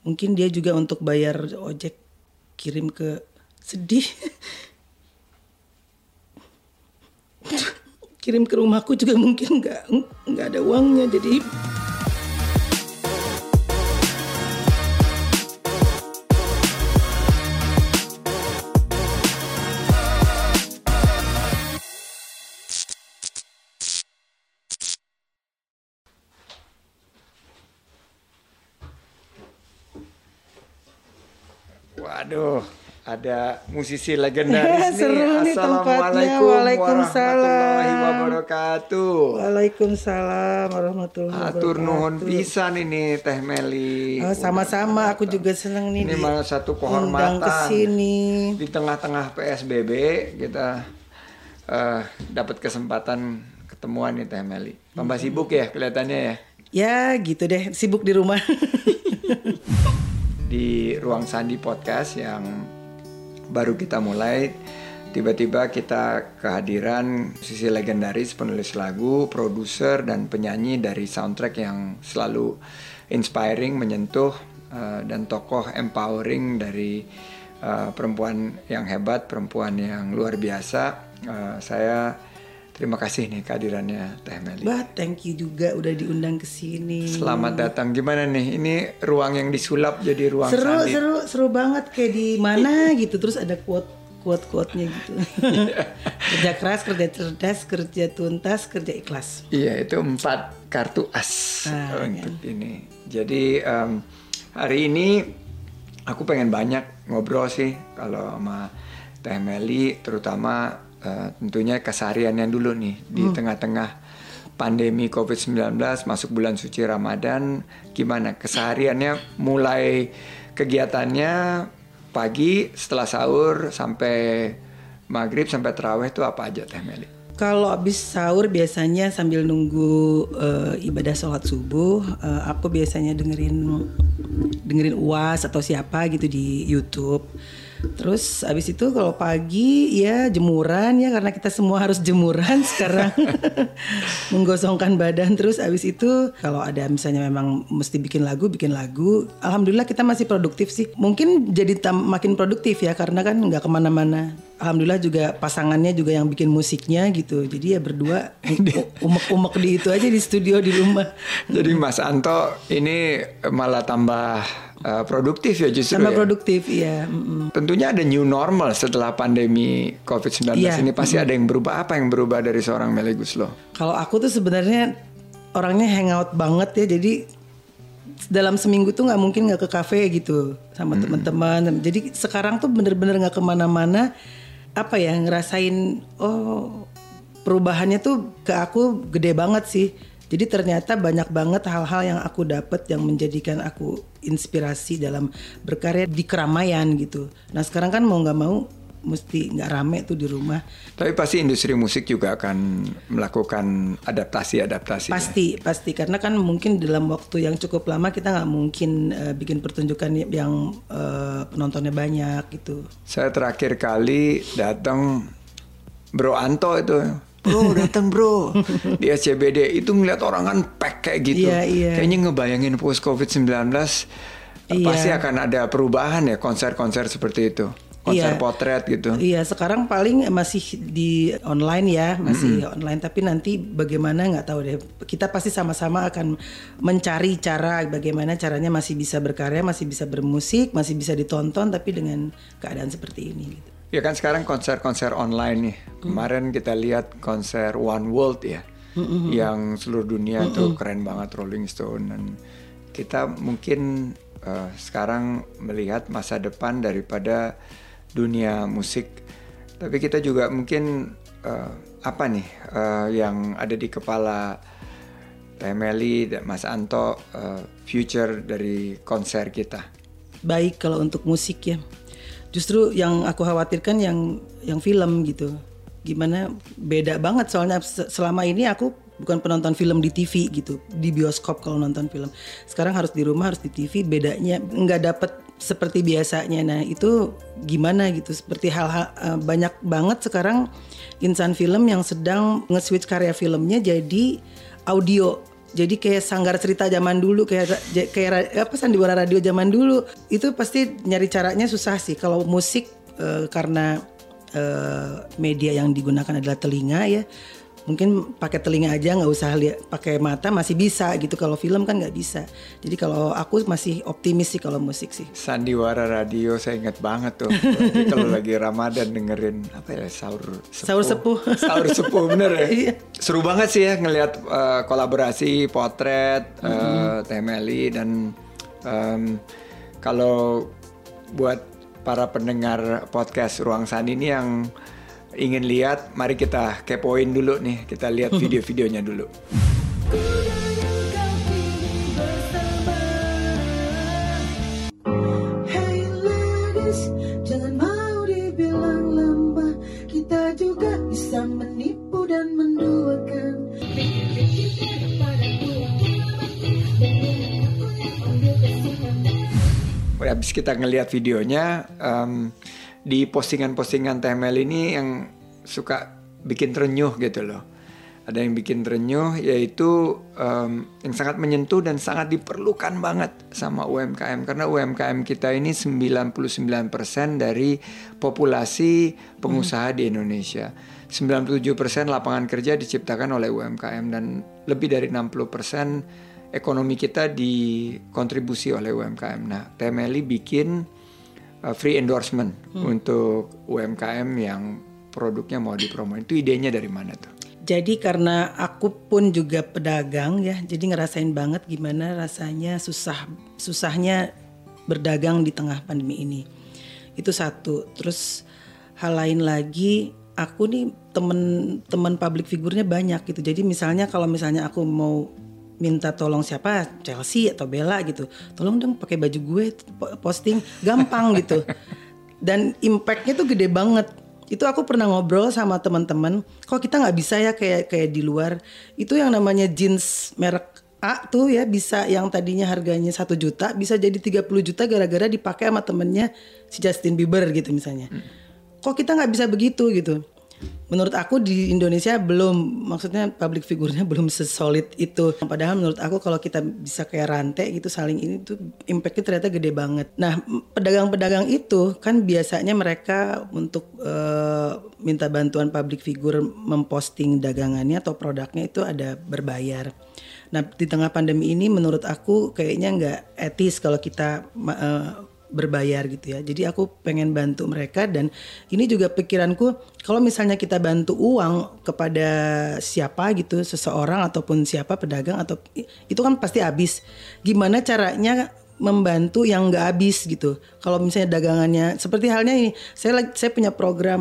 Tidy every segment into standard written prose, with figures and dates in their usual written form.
Mungkin dia juga untuk bayar ojek kirim ke sedih. Kirim ke rumahku juga mungkin nggak ada uangnya, jadi waduh, ada musisi legendaris seru nih. Assalamualaikum warahmatullahi wabarakatuh. Waalaikumsalam warahmatullahi wabarakatuh. Atur nuhun pisan ini Teh Meli. Sama-sama, aku juga seneng nih. Ini malah satu kehormatan kesini. Di tengah-tengah PSBB kita dapat kesempatan ketemuan nih Teh Meli. Tambah sibuk ya kelihatannya ya. Ya gitu deh, sibuk di rumah. Di Ruang Sandi Podcast yang baru kita mulai, tiba-tiba kita kehadiran musisi legendaris, penulis lagu, produser dan penyanyi dari soundtrack yang selalu inspiring, menyentuh, dan tokoh empowering dari perempuan yang hebat, perempuan yang luar biasa. Saya terima kasih nih kehadirannya Teh Meli. Thank you juga udah diundang ke sini. Selamat datang. Gimana nih? Ini ruang yang disulap jadi ruang sandi. Seru banget, kayak di mana gitu. Terus ada quote-nya gitu. Kerja keras, kerja cerdas, kerja tuntas, kerja ikhlas. Iya, itu 4 kartu as untuk ini. Jadi hari ini aku pengen banyak ngobrol sih kalau sama Teh Meli, terutama tentunya kesehariannya dulu nih di tengah-tengah pandemi COVID-19, masuk bulan suci Ramadan. Gimana kesehariannya, mulai kegiatannya pagi setelah sahur sampai maghrib sampai tarawih itu apa aja Teh Meli? Kalau habis sahur biasanya sambil nunggu ibadah sholat subuh, aku biasanya dengerin UAS atau siapa gitu di YouTube. Terus abis itu kalau pagi ya jemuran ya, karena kita semua harus jemuran sekarang. Menggosongkan badan. Terus abis itu kalau ada misalnya memang mesti bikin lagu. Alhamdulillah kita masih produktif sih. Mungkin jadi makin produktif ya, karena kan gak kemana-mana. Alhamdulillah juga pasangannya juga yang bikin musiknya gitu. Jadi ya berdua umek-umek di itu aja di studio di rumah. Jadi Mas Anto ini malah tambah produktif ya justru. Tambah produktif, iya. Tentunya ada new normal setelah pandemi COVID-19 ini. Pasti ada yang berubah. Apa yang berubah dari seorang Meli Guslow? Kalau aku tuh sebenarnya orangnya hangout banget ya. Jadi dalam seminggu tuh nggak mungkin nggak ke kafe gitu sama teman-teman. Jadi sekarang tuh bener-bener nggak kemana-mana. Apa ya, ngerasain perubahannya tuh ke aku gede banget sih. Jadi ternyata banyak banget hal-hal yang aku dapat yang menjadikan aku inspirasi dalam berkarya di keramaian gitu. Nah sekarang kan mau nggak mau mesti nggak rame tuh di rumah. Tapi pasti industri musik juga akan melakukan adaptasi. Pasti karena kan mungkin dalam waktu yang cukup lama kita nggak mungkin bikin pertunjukan yang penontonnya banyak gitu. Saya terakhir kali datang Bro Anto itu. Bro datang bro di SCBD itu ngeliat orang kan pack kayak gitu. Iya. Kayaknya ngebayangin post COVID-19 pasti akan ada perubahan ya, konser-konser seperti itu. Konser potret gitu. Iya, sekarang paling masih di online ya, masih online. Tapi nanti bagaimana nggak tahu deh. Kita pasti sama-sama akan mencari cara bagaimana caranya masih bisa berkarya, masih bisa bermusik, masih bisa ditonton, tapi dengan keadaan seperti ini gitu. Ya kan sekarang konser-konser online nih. Kemarin kita lihat konser One World ya, yang seluruh dunia tuh keren banget, Rolling Stone. Dan kita mungkin sekarang melihat masa depan daripada dunia musik. Tapi kita juga mungkin apa nih yang ada di kepala Teh Meli dan Mas Anto, future dari konser kita? Baik kalau untuk musik ya. Justru yang aku khawatirkan yang film gitu. Gimana beda banget soalnya selama ini aku bukan penonton film di TV gitu, di bioskop kalau nonton film. Sekarang harus di rumah, harus di TV, bedanya nggak dapet seperti biasanya. Nah itu gimana gitu, seperti hal-hal banyak banget sekarang insan film yang sedang nge-switch karya filmnya jadi audio. Jadi kayak sanggar cerita zaman dulu, kayak apa sandiwara radio zaman dulu. Itu pasti nyari caranya susah sih. Kalau musik karena media yang digunakan adalah telinga ya. Mungkin pakai telinga aja, nggak usah lihat pakai mata masih bisa gitu. Kalau film kan nggak bisa. Jadi kalau aku masih optimis sih kalau musik sih. Sandiwara radio saya ingat banget tuh. Kalau lagi Ramadan dengerin apa ya, sahur sepuh. Sahur sepuh bener ya. Iya. Seru banget sih ya ngelihat kolaborasi potret Teh Meli dan kalau buat para pendengar podcast Ruang Sandi ini yang ingin lihat, mari kita kepoin dulu nih, kita lihat video-videonya dulu. Hey ladies, jangan mau dibilang lemah, kita juga bisa menipu dan menduakan. Habis kita ngelihat videonya, di postingan-postingan Teh Meli ini yang suka bikin terenyuh gitu loh. Ada yang bikin terenyuh, yaitu yang sangat menyentuh dan sangat diperlukan banget sama UMKM. Karena UMKM kita ini 99% dari populasi pengusaha di Indonesia. 97% lapangan kerja diciptakan oleh UMKM dan lebih dari 60% ekonomi kita dikontribusi oleh UMKM. Nah, Teh Meli bikin free endorsement untuk UMKM yang produknya mau dipromoin. Itu idenya dari mana tuh? Jadi karena aku pun juga pedagang ya, jadi ngerasain banget gimana rasanya susahnya berdagang di tengah pandemi ini. Itu satu. Terus hal lain lagi, aku nih temen public figure-nya banyak gitu. Jadi misalnya kalau aku mau minta tolong siapa, Chelsea atau Bella gitu, tolong dong pakai baju gue posting, gampang gitu. Dan impactnya tuh gede banget. Itu aku pernah ngobrol sama teman-teman, kok kita nggak bisa ya kayak di luar. Itu yang namanya jeans merek A tuh ya, bisa yang tadinya harganya 1 juta bisa jadi 30 juta gara-gara dipakai sama temennya si Justin Bieber gitu misalnya. Kok kita nggak bisa begitu gitu? Menurut aku di Indonesia belum, maksudnya public figure-nya belum sesolid itu. Padahal menurut aku kalau kita bisa kayak rantai gitu saling ini tuh impact-nya ternyata gede banget. Nah, pedagang-pedagang itu kan biasanya mereka untuk minta bantuan public figure memposting dagangannya atau produknya itu ada berbayar. Nah, di tengah pandemi ini menurut aku kayaknya nggak etis kalau kita berbayar gitu ya. Jadi aku pengen bantu mereka dan ini juga pikiranku kalau misalnya kita bantu uang kepada siapa gitu, seseorang ataupun siapa pedagang atau itu kan pasti habis. Gimana caranya membantu yang nggak habis gitu. Kalau misalnya dagangannya seperti halnya ini, saya punya program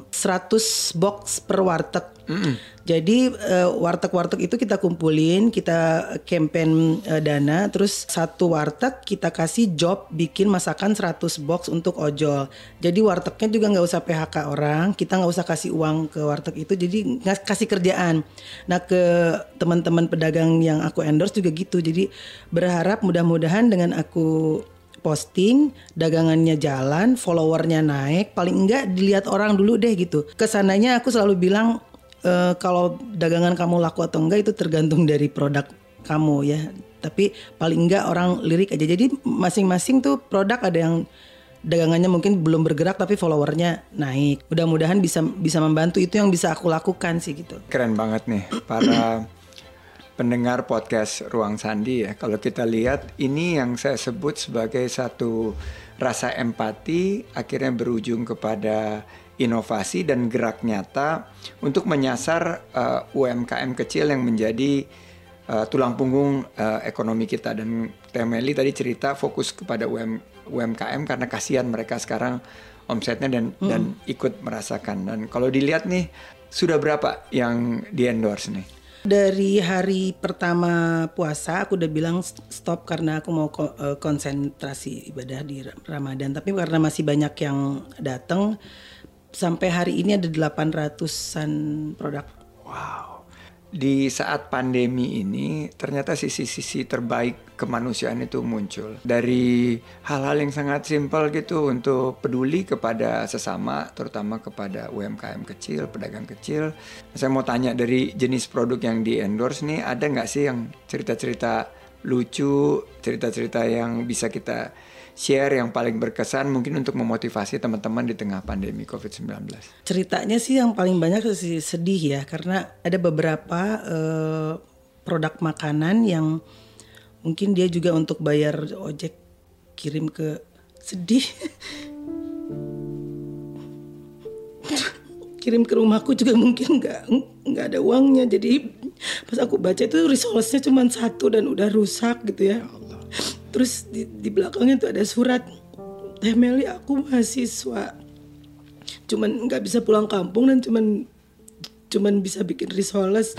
100 box per warteg. Jadi warteg-warteg itu kita kumpulin, kita campaign dana, terus satu warteg kita kasih job bikin masakan 100 box untuk ojol. Jadi wartegnya juga nggak usah PHK orang, kita nggak usah kasih uang ke warteg itu, jadi nggak kasih kerjaan. Nah ke teman-teman pedagang yang aku endorse juga gitu. Jadi berharap mudah-mudahan dengan aku posting, dagangannya jalan, followernya naik, paling enggak dilihat orang dulu deh gitu. Kesananya aku selalu bilang kalau dagangan kamu laku atau enggak itu tergantung dari produk kamu ya. Tapi paling enggak orang lirik aja. Jadi masing-masing tuh produk ada yang dagangannya mungkin belum bergerak tapi followernya naik. Mudah-mudahan bisa membantu, itu yang bisa aku lakukan sih gitu. Keren banget nih para pendengar podcast Ruang Sandi ya. Kalau kita lihat ini yang saya sebut sebagai satu rasa empati akhirnya berujung kepada inovasi dan gerak nyata untuk menyasar UMKM kecil yang menjadi tulang punggung ekonomi kita. Dan Teh Meli tadi cerita fokus kepada UMKM karena kasihan mereka sekarang omsetnya dan ikut merasakan. Dan kalau dilihat nih sudah berapa yang di-endorse nih? Dari hari pertama puasa aku udah bilang stop karena aku mau konsentrasi ibadah di Ramadan. Tapi karena masih banyak yang datang, sampai hari ini ada 800-an produk. Wow. di saat pandemi ini ternyata sisi-sisi terbaik kemanusiaan itu muncul. Dari hal-hal yang sangat simpel gitu untuk peduli kepada sesama, terutama kepada UMKM kecil, pedagang kecil. Saya mau tanya, dari jenis produk yang di-endorse nih, ada nggak sih yang cerita-cerita lucu, cerita-cerita yang bisa kita share yang paling berkesan mungkin untuk memotivasi teman-teman di tengah pandemi COVID-19? Ceritanya sih yang paling banyak sih sedih ya, karena ada beberapa produk makanan yang mungkin dia juga untuk bayar ojek kirim ke sedih. Kirim ke rumahku juga mungkin nggak ada uangnya. Jadi pas aku baca itu resource-nya cuma 1 dan udah rusak gitu ya. Terus di belakangnya tuh ada surat, Teh Meli, aku mahasiswa, cuman nggak bisa pulang kampung dan cuman bisa bikin risoles.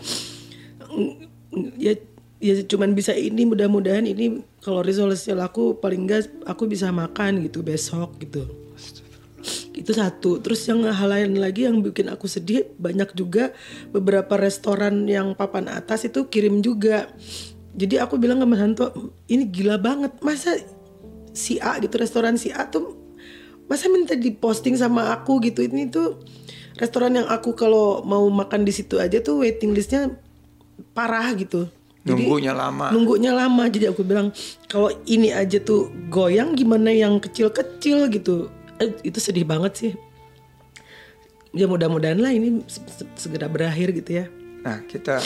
Ya cuman bisa ini, mudah-mudahan ini kalau risolesnya laku paling nggak aku bisa makan gitu besok gitu. Itu 1. Terus yang hal lain lagi yang bikin aku sedih, banyak juga beberapa restoran yang papan atas itu kirim juga. Jadi aku bilang ke Mas Hanto, ini gila banget, masa si A gitu, restoran si A tuh masa minta diposting sama aku gitu. Ini tuh restoran yang aku kalau mau makan di situ aja tuh waiting listnya parah gitu. Jadi, nunggunya lama. Jadi aku bilang, kalau ini aja tuh goyang, gimana yang kecil-kecil gitu. Itu sedih banget sih. Ya mudah-mudahan lah ini segera berakhir gitu ya. Nah, kita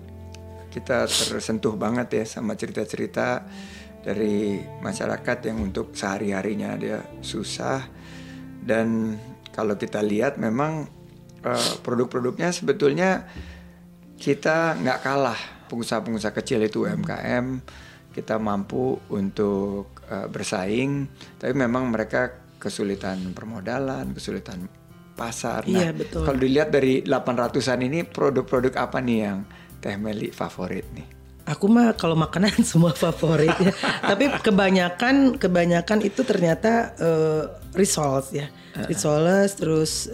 tersentuh banget ya sama cerita-cerita dari masyarakat yang untuk sehari-harinya dia susah. Dan kalau kita lihat memang produk-produknya sebetulnya kita nggak kalah pengusaha-pengusaha kecil itu UMKM. Kita mampu untuk bersaing, tapi memang mereka kesulitan permodalan, kesulitan pasar. Nah, iya, betul. Kalau dilihat dari 800-an ini, produk-produk apa nih yang Teh Meli favorit nih? Aku mah kalau makanan semua favorit ya. Tapi kebanyakan itu ternyata risoles ya. Risoles, terus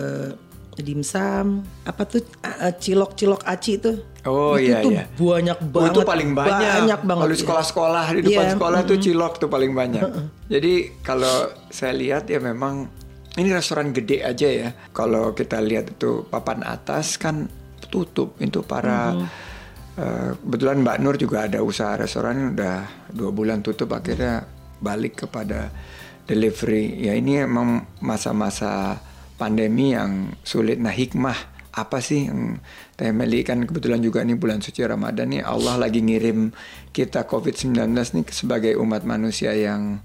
dimsum, apa tuh cilok aci itu. Oh itu iya tuh iya. Banyak banget. Itu paling banyak banget. Kalau sekolah-sekolah di depan sekolah tuh cilok tuh paling banyak. Jadi kalau saya lihat ya memang ini restoran gede aja ya. Kalau kita lihat itu papan atas kan tutup itu para kebetulan Mbak Nur juga ada usaha restoran, udah 2 bulan tutup, akhirnya balik kepada delivery. Ya ini emang masa-masa pandemi yang sulit. Nah, hikmah apa sih yang Teh Meli, kan kebetulan juga nih bulan suci Ramadan nih, Allah lagi ngirim kita COVID-19 nih sebagai umat manusia yang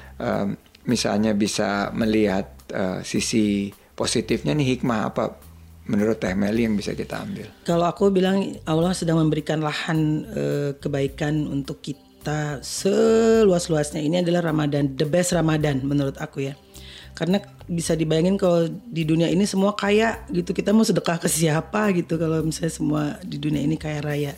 misalnya bisa melihat sisi positifnya nih, hikmah apa menurut Teh Meli yang bisa kita ambil? Kalau aku bilang Allah sedang memberikan lahan kebaikan untuk kita seluas-luasnya. Ini adalah Ramadan, the best Ramadan menurut aku ya. Karena bisa dibayangin kalau di dunia ini semua kaya gitu, kita mau sedekah ke siapa gitu kalau misalnya semua di dunia ini kaya raya.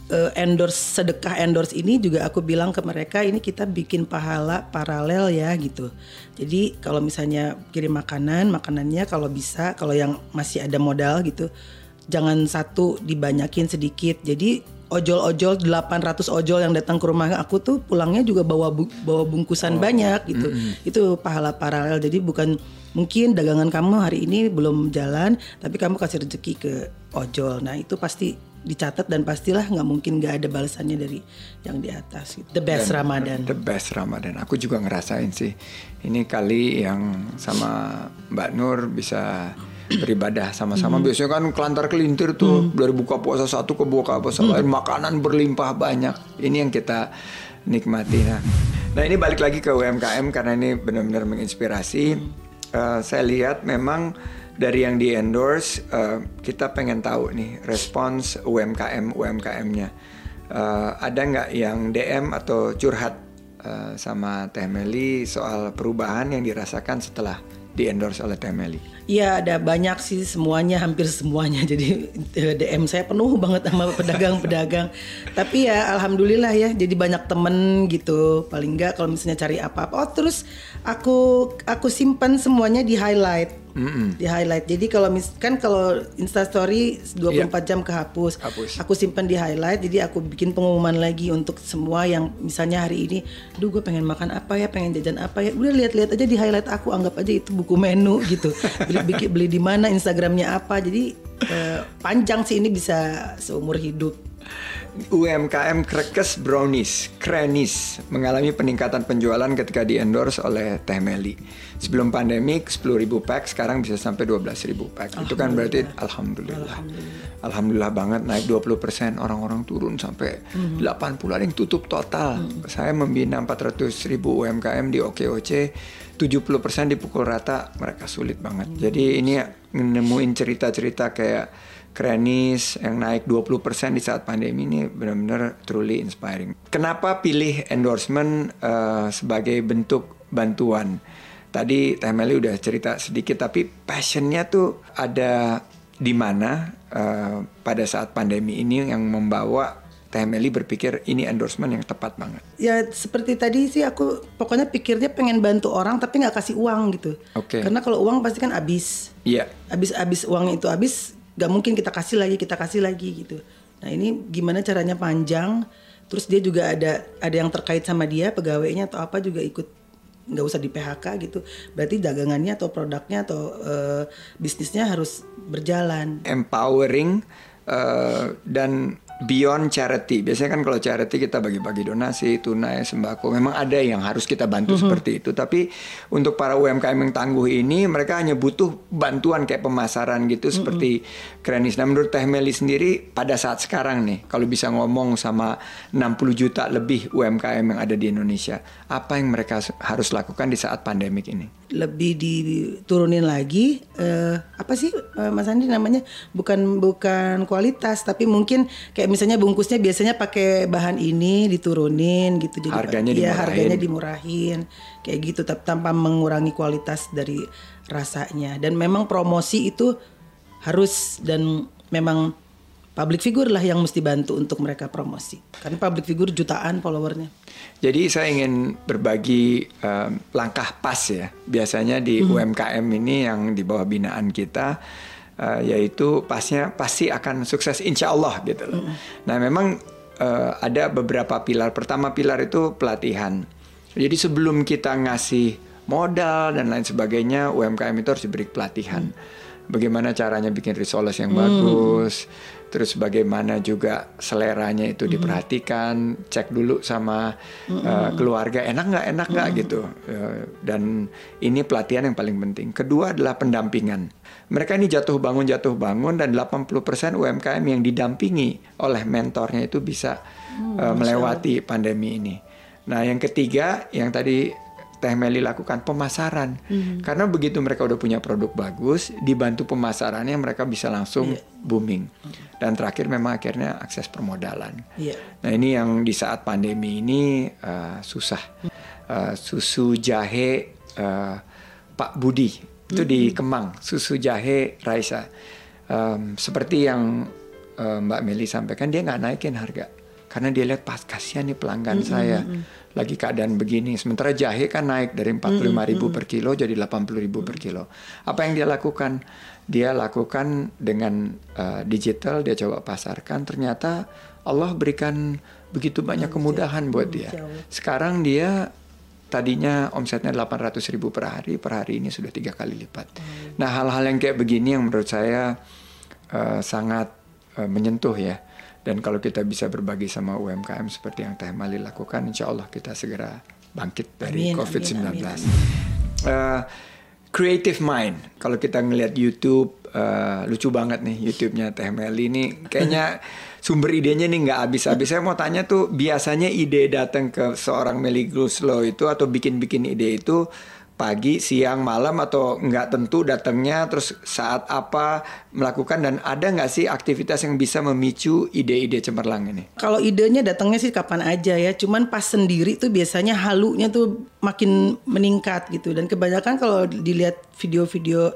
Sedekah endorse ini juga aku bilang ke mereka, ini kita bikin pahala paralel ya gitu. Jadi kalau misalnya kirim makanannya kalau bisa, kalau yang masih ada modal gitu, jangan satu, dibanyakin sedikit. Jadi ojol-ojol 800 ojol yang datang ke rumah aku tuh pulangnya juga bawa bungkusan banyak gitu. Itu pahala paralel. Jadi bukan mungkin dagangan kamu hari ini belum jalan, tapi kamu kasih rezeki ke ojol. Nah itu pasti dicatat dan pastilah nggak mungkin nggak ada balasannya dari yang di atas. The best Ramadan. The best Ramadan. Aku juga ngerasain sih. Ini kali yang sama Mbak Nur bisa beribadah sama-sama. Biasanya kan kelantar kelintir tuh dari buka puasa satu ke buka puasa lain, makanan berlimpah banyak. Ini yang kita nikmati. Nah ini balik lagi ke UMKM karena ini benar-benar menginspirasi. Saya lihat memang dari yang di endorse, kita pengen tahu nih respons UMKM-nya. Ada nggak yang DM atau curhat sama Teh Meli soal perubahan yang dirasakan setelah di endorse oleh Teh Meli? Iya ada banyak sih, semuanya, hampir semuanya. Jadi DM saya penuh banget sama pedagang-pedagang. Tapi ya alhamdulillah ya, jadi banyak temen gitu. Paling enggak kalau misalnya cari apa-apa, oh terus aku simpan semuanya di highlight. Di highlight. Jadi kalau kalau Instastory 24 jam kehapus. Aku simpan di highlight. Jadi aku bikin pengumuman lagi untuk semua yang misalnya hari ini, duh gue pengen makan apa ya, pengen jajan apa ya. Udah lihat-lihat aja di highlight aku, anggap aja itu buku menu gitu. Beli di mana, Instagramnya apa. Jadi panjang sih, ini bisa seumur hidup. UMKM Krekes Brownies, Krenis, mengalami peningkatan penjualan ketika di-endorse oleh Teh Meli. Sebelum pandemik 10.000 pack, sekarang bisa sampai 12.000 pack. Itu kan berarti Alhamdulillah banget, naik 20%, orang-orang turun sampai 80, ada yang tutup total. Saya membina 400.000 UMKM di OKOC, 70% dipukul rata, mereka sulit banget. Jadi ini nemuin cerita-cerita kayak Krenis yang naik 20% di saat pandemi ini benar-benar truly inspiring. Kenapa pilih endorsement sebagai bentuk bantuan? Tadi Teh Meli udah cerita sedikit, tapi passionnya tuh ada di mana pada saat pandemi ini yang membawa Teh Meli berpikir ini endorsement yang tepat banget. Ya seperti tadi sih, aku pokoknya pikirnya pengen bantu orang tapi nggak kasih uang gitu. Karena kalau uang pasti kan habis. Iya. Habis uangnya itu habis. Gak mungkin kita kasih lagi gitu. Nah ini gimana caranya panjang. Terus dia juga ada yang terkait sama dia, pegawainya atau apa juga ikut, nggak usah di PHK gitu. Berarti dagangannya atau produknya atau bisnisnya harus berjalan. Empowering dan beyond charity. Biasanya kan kalau charity kita bagi-bagi donasi, tunai, sembako. Memang ada yang harus kita bantu seperti itu. Tapi untuk para UMKM yang tangguh ini, mereka hanya butuh bantuan kayak pemasaran gitu seperti Krenis. Nah menurut Teh Meli sendiri pada saat sekarang nih, kalau bisa ngomong sama 60 juta lebih UMKM yang ada di Indonesia, apa yang mereka harus lakukan di saat pandemik ini? Lebih diturunin lagi, apa sih Mas Andi namanya? Bukan kualitas, tapi mungkin kayak misalnya bungkusnya biasanya pakai bahan ini, diturunin gitu. Jadi harganya dimurahin kayak gitu, tanpa mengurangi kualitas dari rasanya. Dan memang promosi itu harus, dan memang public figure lah yang mesti bantu untuk mereka promosi. Karena public figure jutaan followernya. Jadi saya ingin berbagi langkah pas ya. Biasanya di UMKM ini yang di bawah binaan kita, yaitu pasti akan sukses insya Allah gitu loh. Nah memang ada beberapa pilar. Pertama pilar itu pelatihan. Jadi sebelum kita ngasih modal dan lain sebagainya, UMKM itu harus diberi pelatihan. Bagaimana caranya bikin risoles yang bagus, terus bagaimana juga seleranya itu diperhatikan, cek dulu sama keluarga enak nggak gitu. Dan ini pelatihan yang paling penting. Kedua adalah pendampingan. Mereka ini jatuh bangun dan 80% UMKM yang didampingi oleh mentornya itu bisa melewati pandemi ini. Nah yang ketiga yang tadi Teh Meli lakukan, pemasaran. Karena begitu mereka udah punya produk bagus, dibantu pemasarannya mereka bisa langsung booming. Dan terakhir memang akhirnya akses permodalan. Nah ini yang di saat pandemi ini susah. Susu jahe Pak Budi itu di Kemang, susu jahe Raisa. Seperti yang Mbak Meli sampaikan, dia nggak naikin harga. Karena dia lihat kasihan nih pelanggan saya lagi keadaan begini. Sementara jahe kan naik dari 45.000 per kilo jadi 80.000 per kilo. Apa yang dia lakukan? Dia lakukan dengan digital, dia coba pasarkan. Ternyata Allah berikan begitu banyak kemudahan buat dia. Sekarang dia tadinya omsetnya 800.000 per hari ini sudah 3 kali lipat. Nah hal-hal yang kayak begini yang menurut saya sangat menyentuh ya. Dan kalau kita bisa berbagi sama UMKM seperti yang Teh Meli lakukan, insya Allah kita segera bangkit dari COVID-19. Creative mind. Kalau kita ngelihat YouTube, lucu banget nih YouTube-nya Teh Meli ini. Kayaknya sumber idenya nih nggak habis-habis. Saya mau tanya tuh, biasanya ide datang ke seorang Meli Guslow itu atau bikin-bikin ide itu pagi, siang, malam, atau nggak tentu datangnya, terus saat apa melakukan, dan ada nggak sih aktivitas yang bisa memicu ide-ide cemerlang ini? Kalau idenya datangnya sih kapan aja ya, cuman pas sendiri tuh biasanya halunya tuh makin meningkat gitu. Dan kebanyakan kalau dilihat video-video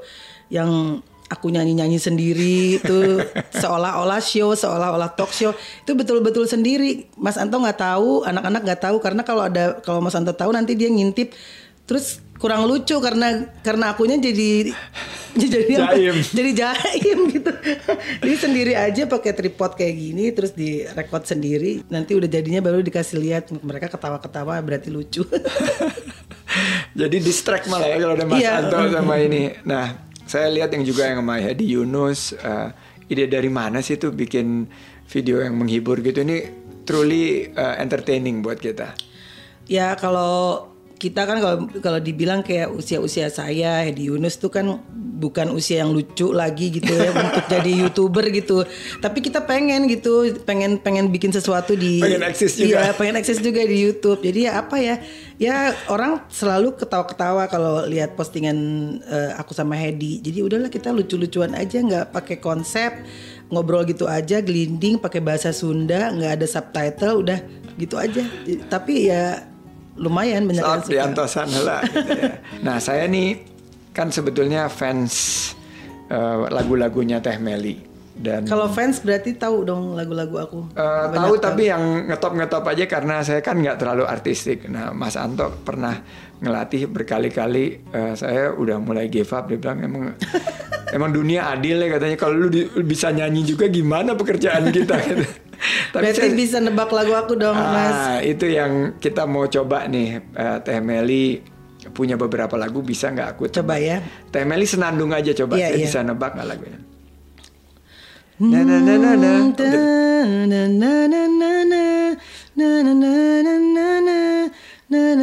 yang aku nyanyi-nyanyi sendiri itu seolah-olah show, seolah-olah talk show itu betul-betul sendiri. Mas Anto nggak tahu, anak-anak nggak tahu karena kalau Mas Anto tahu nanti dia ngintip terus kurang lucu karena akunya jadi jaim. Jadi jaim gitu. Jadi sendiri aja pakai tripod kayak gini terus direkod sendiri. Nanti udah jadinya baru dikasih lihat mereka ketawa-ketawa berarti lucu. Jadi distract malah ya kalau ada Mas Anto sama ini. Nah, saya lihat yang sama Hedi Yunus, ide dari mana sih tuh bikin video yang menghibur gitu, ini truly entertaining buat kita. Ya kalau kita kan kalau dibilang kayak usia saya, Hedi Yunus tuh kan bukan usia yang lucu lagi gitu ya untuk jadi YouTuber gitu. Tapi kita pengen bikin sesuatu pengen eksis juga. Iya, pengen eksis juga di YouTube. Jadi ya apa ya? Ya orang selalu ketawa-ketawa kalau lihat postingan aku sama Hedi. Jadi udahlah kita lucu-lucuan aja, nggak pakai konsep, ngobrol gitu aja, gelinding pakai bahasa Sunda, nggak ada subtitle, udah gitu aja. Tapi ya lumayan banyak yang suka. Diantosan lah gitu ya. Nah saya nih kan sebetulnya fans lagu-lagunya Teh Meli. Dan kalau fans berarti tahu dong lagu-lagu aku. Tahu tapi yang ngetop aja karena saya kan nggak terlalu artistik. Nah Mas Anto pernah ngelatih berkali-kali. Saya udah mulai give up. Dia bilang emang dunia adil ya katanya. Kalau lu bisa nyanyi juga gimana pekerjaan kita gitu. Tapi berarti bisa nebak lagu aku dong Mas. Itu yang kita mau coba nih. Teh Meli punya beberapa lagu, bisa nggak aku coba ya. Teh Meli senandung aja coba. Saya bisa nebak nggak lagunya? Na na na na na na na na na na na na na na na na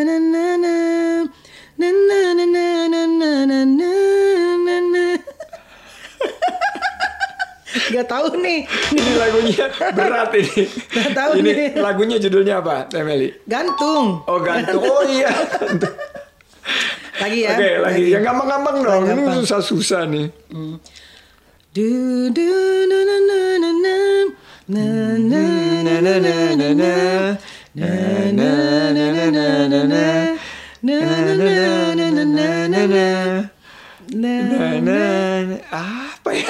na na. Gak tahu nih. Ini lagunya berat ini. Gak tahu ini nih. Lagunya judulnya apa, Teh Meli? Gantung. Oh gantung. Oh iya. Lagi ya. Oke, lagi. Yang gampang-gampang dong. Ini susah-susah nih. Du du na na na na na na na na na na na na na na na. Apa ya?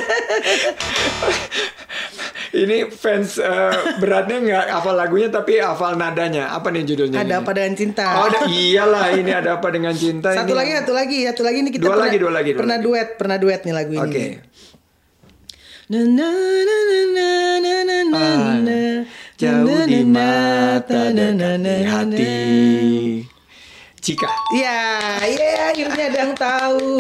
Ini fans beratnya nggak hafal lagunya tapi hafal nadanya. Apa nih judulnya? Ada apa dengan cinta? Oh, iyalah ini ada apa dengan cinta. Satu lagi ini kita dua lagi. Pernah duet nih lagu ini. Oke. Jauh di mata dekat di hati. Cika. Iya, akhirnya ada yang tahu.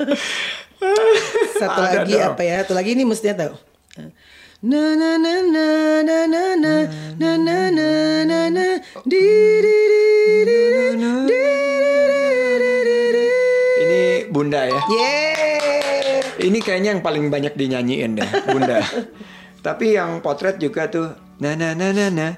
Satu lagi dong. Apa ya? Satu lagi ini mestinya tahu. Na na na na na na na na na na na na di di di di. Ini Bunda ya. Yeah. Ini kayaknya yang paling banyak dinyanyiin deh, Bunda. Tapi yang potret juga tuh na na na na na.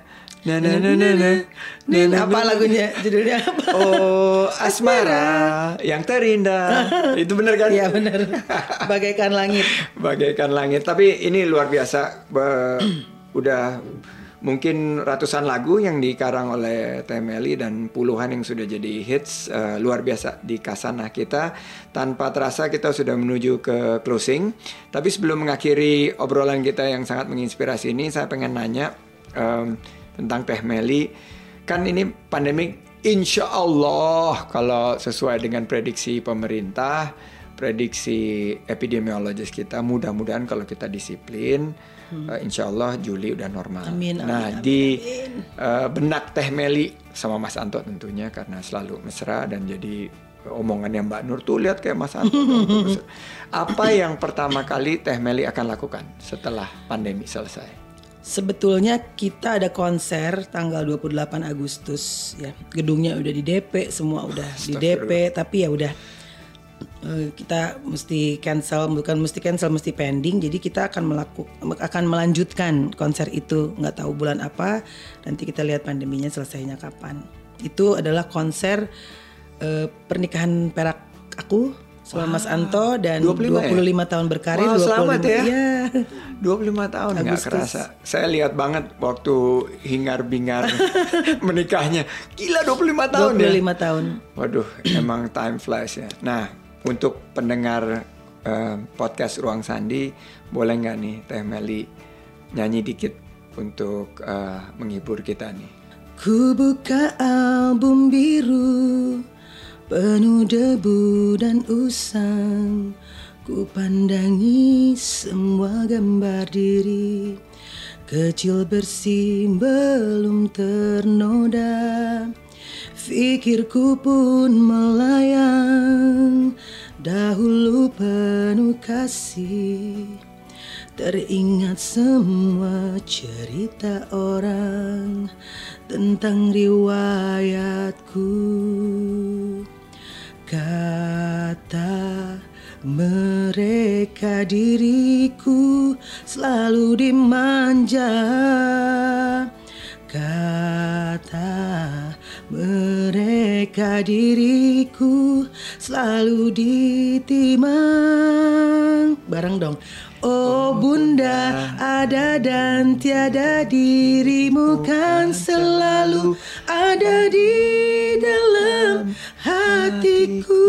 Apa lagunya? Judulnya apa? Oh, Asmara yang terindah. Itu benar kan? Iya benar. Bagaikan langit. Bagaikan langit. Tapi ini luar biasa. Udah mungkin ratusan lagu yang dikarang oleh Teh Meli dan puluhan yang sudah jadi hits. Luar biasa di Kasanah kita. Tanpa terasa kita sudah menuju ke closing. Tapi sebelum mengakhiri obrolan kita yang sangat menginspirasi ini, saya pengen nanya tentang Teh Meli. Kan ini pandemik, insya Allah kalau sesuai dengan prediksi pemerintah, prediksi epidemiologis kita, mudah-mudahan kalau kita disiplin, insya Allah Juli udah normal. Amin, nah amin, di benak Teh Meli sama Mas Anto tentunya karena selalu mesra dan jadi omongannya Mbak Nur tuh lihat kayak Mas Anto. Apa yang pertama kali Teh Meli akan lakukan setelah pandemi selesai? Sebetulnya kita ada konser tanggal 28 Agustus ya. Gedungnya udah di DP, semua udah di DP, tapi ya udah kita mesti pending. Jadi kita akan melanjutkan konser itu, nggak tahu bulan apa. Nanti kita lihat pandeminya selesainya kapan. Itu adalah konser pernikahan perak aku sama Mas Anto dan 25 tahun berkarir. Wah, selamat ya. Iya. 25 tahun nggak kerasa. Saya lihat banget waktu hingar-bingar menikahnya. Gila 25 tahun 25 tahun. Waduh, emang time flies ya. Nah, untuk pendengar podcast Ruang Sandi, boleh nggak nih Teh Meli nyanyi dikit untuk menghibur kita nih? Ku buka album biru penuh debu dan usang, ku pandangi semua gambar diri kecil bersih belum ternoda. Fikirku pun melayang, dahulu penuh kasih. Teringat semua cerita orang tentang riwayatku. Kata mereka diriku selalu dimanja. Kata mereka diriku selalu ditimang. Bareng dong. Oh bunda, ada dan tiada, dirimu kan selalu ada di dalam hatiku.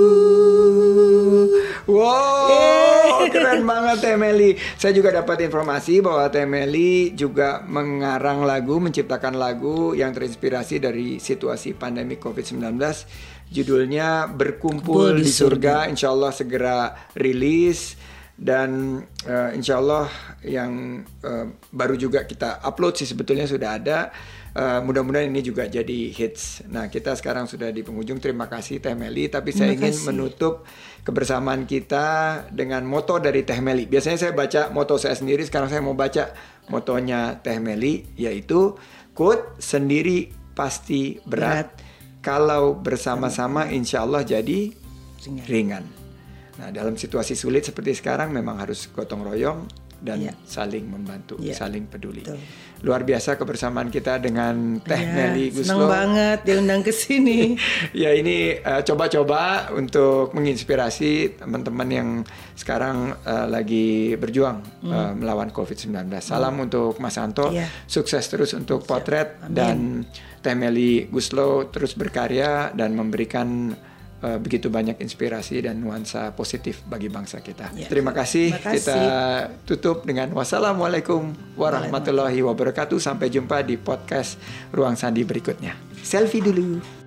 Wow, keren banget Teh Meli. Saya juga dapat informasi bahwa Teh Meli juga mengarang lagu, menciptakan lagu yang terinspirasi dari situasi pandemi COVID-19. Judulnya Berkumpul di Surga. Insya Allah segera rilis. Dan insya Allah yang baru juga kita upload sih sebetulnya sudah ada. Mudah-mudahan ini juga jadi hits. Nah, kita sekarang sudah di penghujung. Terima kasih Teh Meli. Tapi saya ingin menutup kebersamaan kita dengan moto dari Teh Meli. Biasanya saya baca moto saya sendiri. Sekarang saya mau baca motonya Teh Meli, yaitu quote, sendiri pasti berat. Kalau bersama-sama insya Allah jadi ringan. Nah, dalam situasi sulit seperti sekarang memang harus gotong royong dan saling membantu, saling peduli. Betul. Luar biasa kebersamaan kita dengan Teh Meli Guslo. Senang banget diundang ke sini. Ya, ini coba-coba untuk menginspirasi teman-teman yang sekarang lagi berjuang melawan COVID-19. Salam untuk Mas Anto, sukses terus untuk Potret. Amin. Dan Teh Meli Guslo terus berkarya dan memberikan begitu banyak inspirasi dan nuansa positif bagi bangsa kita. Terima kasih. Kita tutup dengan wassalamualaikum warahmatullahi wabarakatuh. Sampai jumpa di podcast Ruang Sandi berikutnya. Selfie dulu.